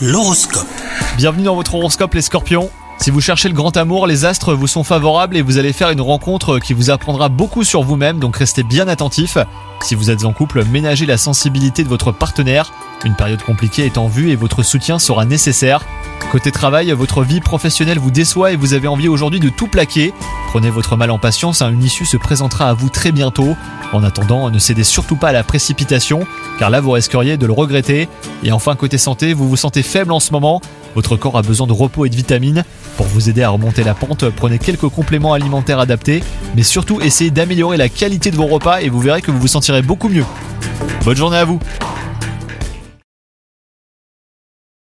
L'horoscope. Bienvenue dans votre horoscope les scorpions. Si vous cherchez le grand amour, les astres vous sont favorables et vous allez faire une rencontre qui vous apprendra beaucoup sur vous-même, donc restez bien attentifs. Si vous êtes en couple, ménagez la sensibilité de votre partenaire. Une période compliquée est en vue et votre soutien sera nécessaire. Côté travail, votre vie professionnelle vous déçoit et vous avez envie aujourd'hui de tout plaquer. Prenez votre mal en patience, une issue se présentera à vous très bientôt. En attendant, ne cédez surtout pas à la précipitation, car là vous risqueriez de le regretter. Et enfin, côté santé, vous vous sentez faible en ce moment. Votre corps a besoin de repos et de vitamines. Pour vous aider à remonter la pente, prenez quelques compléments alimentaires adaptés, mais surtout essayez d'améliorer la qualité de vos repas et vous verrez que vous vous sentirez beaucoup mieux. Bonne journée à vous!